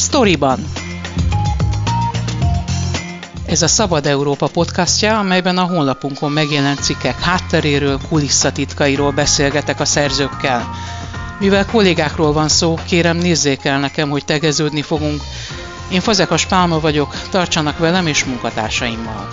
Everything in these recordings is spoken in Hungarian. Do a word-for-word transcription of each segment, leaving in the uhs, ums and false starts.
Sztoriban. Ez a Szabad Európa podcastja, amelyben a honlapunkon megjelent cikkek hátteréről, kulisszatitkairól beszélgetek a szerzőkkel. Mivel kollégákról van szó, kérem nézzék el nekem, hogy tegeződni fogunk. Én Fazekas Pálma vagyok, tartsanak velem és munkatársaimmal.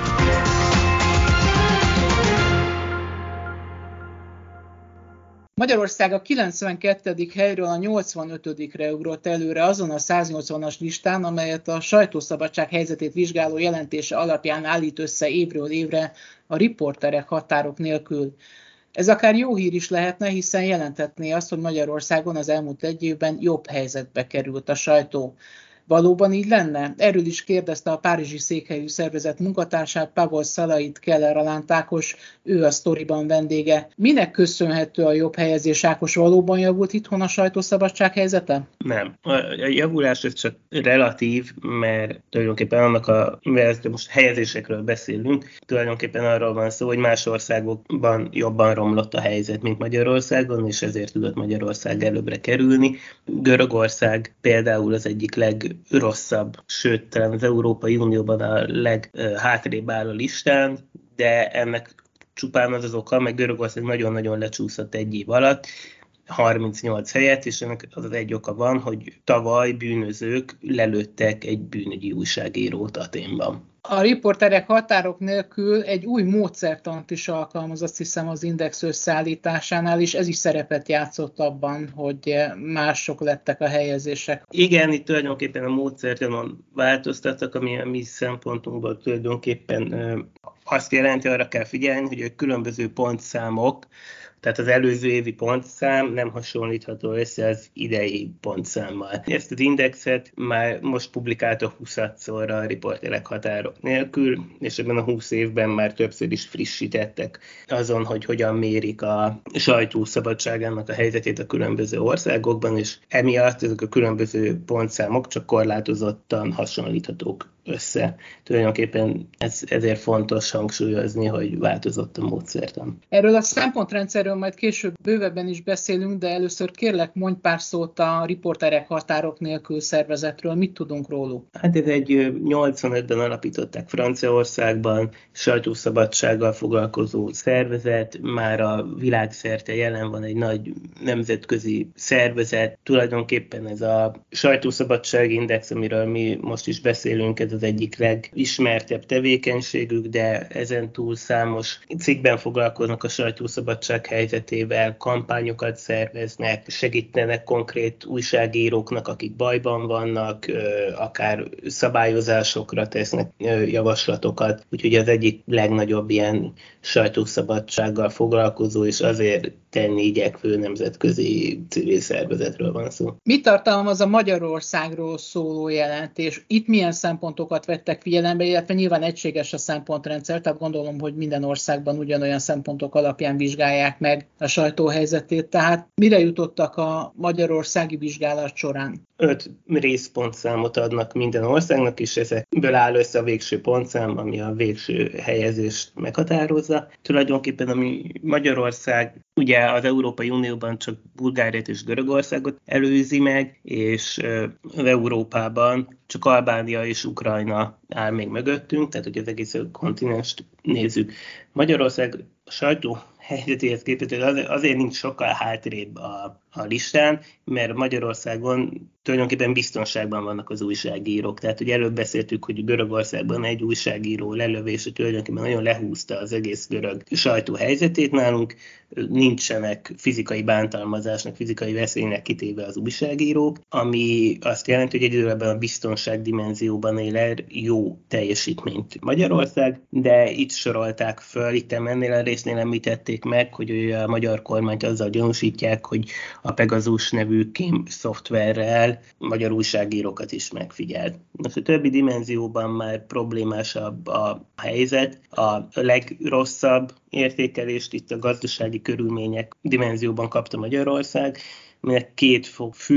Magyarország a kilencvenkettedik helyről a nyolcvanötödikre ugrott előre azon a száznyolcvanas listán, amelyet a sajtószabadság helyzetét vizsgáló jelentése alapján állít össze évről évre a Riporterek Határok Nélkül. Ez akár jó hír is lehetne, hiszen jelentetné azt, hogy Magyarországon az elmúlt egy évben jobb helyzetbe került a sajtó. Valóban így lenne? Erről is kérdezte a párizsi székhelyű szervezet munkatársát, Pavol Szalait Keller Alánt Ákos, ő a Sztoriban vendége. Minek köszönhető a jobb helyezés, Ákos? Valóban javult itthon a sajtószabadság helyzete? Nem. A javulás ez csak relatív, mert tulajdonképpen annak a, mivel most helyezésekről beszélünk, tulajdonképpen arról van szó, hogy más országokban jobban romlott a helyzet, mint Magyarországon, és ezért tudott Magyarország előbbre kerülni. Görögország például az egyik leg rosszabb, sőt, talán az Európai Unióban a leghátrébb áll a listán, de ennek csupán az az oka, meg Görögország nagyon-nagyon lecsúszott egy év alatt, harmincnyolc helyet, és ennek az az egy oka van, hogy tavaly bűnözők lelőttek egy bűnügyi újságírót Athénban. A Riporterek Határok Nélkül egy új módszertant is alkalmaz, azt hiszem, az Index összeállításánál, és ez is szerepet játszott abban, hogy mások lettek a helyezések. Igen, itt tulajdonképpen a módszertanon változtattak, ami a mi szempontunkból tulajdonképpen azt jelenti, arra kell figyelni, hogy a különböző pontszámok, tehát az előző évi pontszám nem hasonlítható össze az idei pontszámmal. Ezt az indexet már most publikálta huszadszorra a Riporterek Határok Nélkül, és ebben a húsz évben már többször is frissítettek azon, hogy hogyan mérik a sajtószabadságának a helyzetét a különböző országokban, és emiatt ezek a különböző pontszámok csak korlátozottan hasonlíthatók össze. Tulajdonképpen ez, ezért fontos hangsúlyozni, hogy változott a módszertan. Erről a szempontrendszerről majd később bővebben is beszélünk, de először kérlek, mondj pár szót a Riporterek Határok Nélkül szervezetről. Mit tudunk róluk? Hát ez egy nyolcvanötben alapították Franciaországban, sajtószabadsággal foglalkozó szervezet, már a világszerte jelen van egy nagy nemzetközi szervezet. Tulajdonképpen ez a sajtószabadság index, amiről mi most is beszélünk, ez az egyik legismertebb tevékenységük, de ezen túl számos cikkben foglalkoznak a sajtószabadság helyzetével, kampányokat szerveznek, segítenek konkrét újságíróknak, akik bajban vannak, akár szabályozásokra tesznek javaslatokat. Úgyhogy az egyik legnagyobb ilyen sajtószabadsággal foglalkozó, és azért tenni igyekvő nemzetközi civil szervezetről van szó. Mit tartalmaz a Magyarországról szóló jelentés? Itt milyen szempontokat vettek figyelembe, illetve nyilván egységes a szempontrendszer, tehát gondolom, hogy minden országban ugyanolyan szempontok alapján vizsgálják meg a sajtó helyzetét. Tehát mire jutottak a magyarországi vizsgálat során? Öt részpontszámot adnak minden országnak, és ezekből áll össze a végső pontszám, ami a végső helyezést meghatározza. Tulajdonképpen ami Magyarország ugye az Európai Unióban csak Bulgáriát és Görögországot előzi meg, és az Európában csak Albánia és Ukrajna áll még mögöttünk, tehát hogy az egész kontinenst nézzük. Magyarország a sajtó helyzetéhez képest azért nincs sokkal hátrébb a, a listán, mert Magyarországon tulajdonképpen biztonságban vannak az újságírók. Tehát ugye előbb beszéltük, hogy Görögországban egy újságíró lelövése tulajdonképpen nagyon lehúzta az egész görög sajtó helyzetét. Nálunk nincsenek fizikai bántalmazásnak, fizikai veszélynek kitéve az újságírók, ami azt jelenti, hogy egyedül ebben a biztonság dimenzióban él el jó teljesítményt Magyarország, de itt sorolták föl, itt ennél a résznél említették meg, hogy a magyar kormányt azzal gyanúsítják, hogy a Pegasus nevű kém szoftverrel magyar újságírókat is megfigyelt. Most a többi dimenzióban már problémásabb a helyzet. A legrosszabb értékelést itt a gazdasági körülmények dimenzióban kapta Magyarország, aminek két fő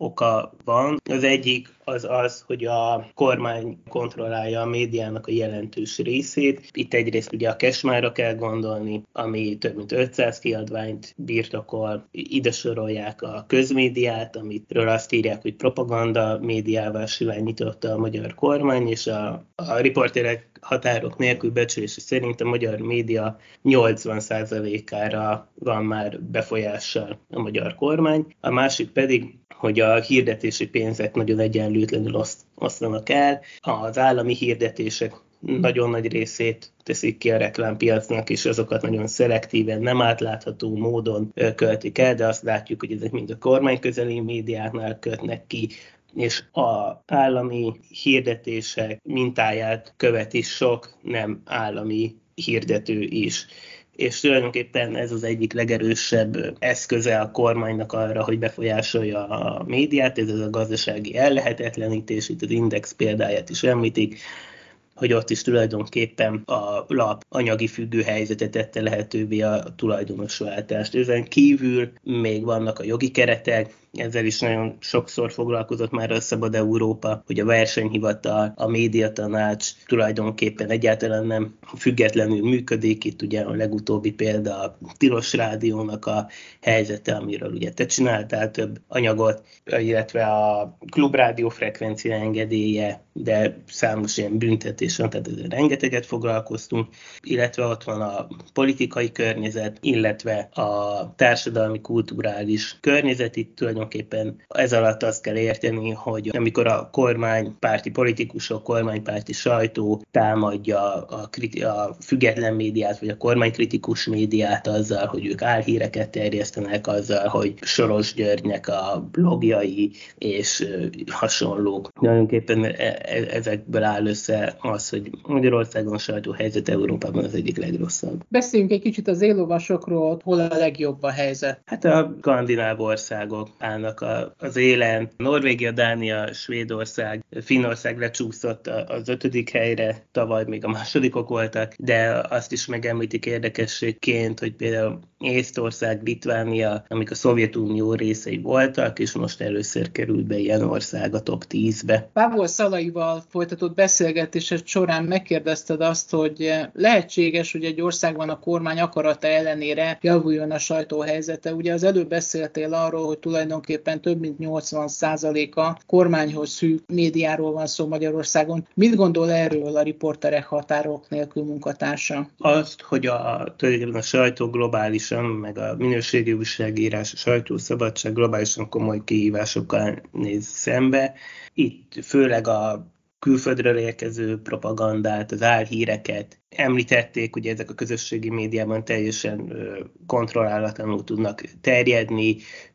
oka van. Az egyik az az, hogy a kormány kontrollálja a médiának a jelentős részét. Itt egyrészt ugye a Kesmára kell gondolni, ami több mint ötszáz kiadványt birtokol. Ide sorolják a közmédiát, amitről azt írják, hogy propaganda médiával silányította a magyar kormány, és a, a riporterek határok nélkül becslése szerint a magyar média nyolcvan százalékára van már befolyással a magyar kormány. A másik pedig, hogy a hirdetési pénzek nagyon egyenlőtlenül oszlanak el. Az állami hirdetések nagyon nagy részét teszik ki a reklámpiacnak, és azokat nagyon szelektíven, nem átlátható módon költik el, de azt látjuk, hogy ezek mind a kormányközeli médiáknál kötnek ki, és az állami hirdetések mintáját követi sok nem állami hirdető is. És tulajdonképpen ez az egyik legerősebb eszköze a kormánynak arra, hogy befolyásolja a médiát, ez az a gazdasági ellehetetlenítés, itt az Index példáját is említik, hogy ott is tulajdonképpen a lap anyagi függő helyzetet tette lehetővé a tulajdonosváltást. Ezen kívül még vannak a jogi keretek, ezzel is nagyon sokszor foglalkozott már a Szabad Európa, hogy a versenyhivatal, a médiatanács tulajdonképpen egyáltalán nem függetlenül működik. Itt ugye a legutóbbi példa a Tilos Rádiónak a helyzete, amiről ugye te csináltál több anyagot, illetve a klubrádió frekvencia engedélye, de számos ilyen büntetés van, tehát ezzel rengeteget foglalkoztunk, illetve ott van a politikai környezet, illetve a társadalmi, kulturális környezet. Itt tulajdonképpen ez alatt azt kell érteni, hogy amikor a kormánypárti politikusok, kormánypárti sajtó támadja a, kriti- a független médiát, vagy a kormánykritikus médiát azzal, hogy ők álhíreket terjesztenek, azzal, hogy Soros Györgynek a blogjai és hasonlók. Tulajdonképpen ezekből áll össze az, hogy Magyarországon a sajtóhelyzet Európában az egyik legrosszabb. Beszéljünk egy kicsit az éllovasokról, hol a legjobb a helyzet? Hát a skandináv országok állnak a, az élen. Norvégia, Dánia, Svédország, Finnország lecsúszott az ötödik helyre, tavaly még a másodikok voltak, de azt is megemlítik érdekességként, hogy például Észtország, Litvánia, amik a Szovjetunió részei voltak, és most először került be ilyen ország a top tízbe. Pavol Szalaival folytatott beszélgetésed során megkérdezted azt, hogy lehetséges, hogy egy országban a kormány akarata ellenére javuljon a sajtóhelyzete. Ugye az előbb beszéltél arról, hogy tulajdonképpen több mint nyolcvan százaléka kormányhoz szűk médiáról van szó Magyarországon. Mit gondol erről a Riporterek Határok Nélkül munkatársa? Azt, hogy a, tulajdonképpen a sajtó globálisan, meg a minőségi újságírás, a sajtószabadság globálisan komoly kihívásokkal néz szembe. Itt főleg a külföldről érkező propagandát, az álhíreket említették, ugye ezek a közösségi médiában teljesen kontrollálatlanul tudnak terjedni,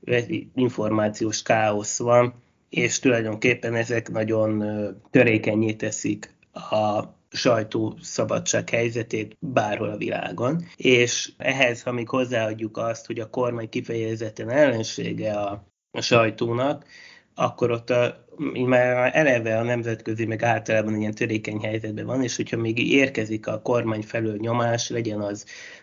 információs káosz van, és tulajdonképpen ezek nagyon törékenyé teszik a sajtószabadság helyzetét bárhol a világon, és ehhez, ha még hozzáadjuk azt, hogy a kormány kifejezetten ellensége a, a sajtónak, akkor ott a, már eleve a nemzetközi, meg általában ilyen törékeny helyzetben van, és hogyha még érkezik a kormány felől nyomás, legyen az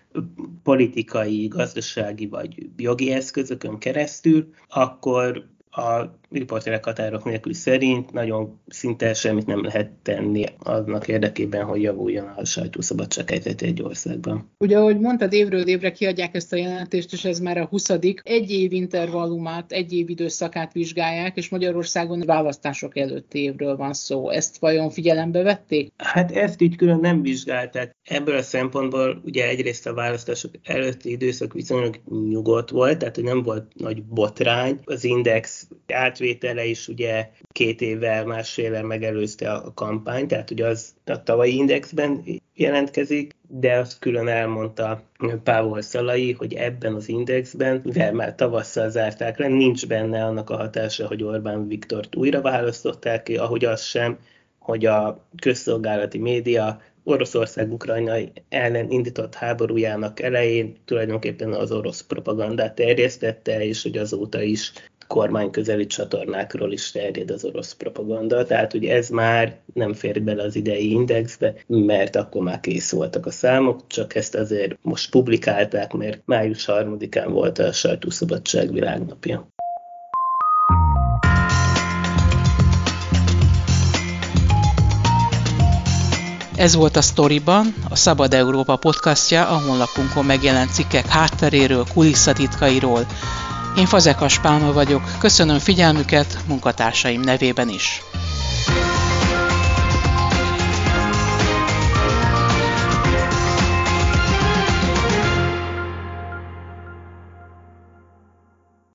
politikai, gazdasági vagy jogi eszközökön keresztül, akkor a Riporterek Határok Nélkül szerint nagyon szinte semmit nem lehet tenni annak érdekében, hogy javuljon a sajtószabadság helyzete egy országban. Ugye, ahogy mondtad, évről évre kiadják ezt a jelentést, és ez már a huszadik. Egy év intervallumát, egy év időszakát vizsgálják, és Magyarországon választások előtti évről van szó. Ezt vajon figyelembe vették? Hát ezt így külön nem vizsgálták. Ebből a szempontból ugye egyrészt a választások előtti időszak viszonylag nyugodt volt, tehát hogy nem volt nagy botrány. Az Index átvétele is ugye két évvel, másfél megelőzte a kampányt, tehát ugye az a tavalyi Indexben jelentkezik, de azt külön elmondta Pavol Szalai, hogy ebben az Indexben, mivel már tavasszal zárták le, nincs benne annak a hatása, hogy Orbán Viktort újra választották ki, ahogy az sem, hogy a közszolgálati média Oroszország Ukrajna ellen indított háborújának elején tulajdonképpen az orosz propagandát terjesztette, és hogy azóta is kormányközeli csatornákról is terjed az orosz propaganda, tehát ugye ez már nem fér bele az idei Indexbe, mert akkor már kész voltak a számok, csak ezt azért most publikálták, mert május harmadikán volt a sajtószabadság világnapja. Ez volt a Sztoriban, a Szabad Európa podcastja, a honlapunkon megjelent cikkek hátteréről, kulisszatitkairól. Én Fazekas Pálma vagyok, köszönöm figyelmüket munkatársaim nevében is.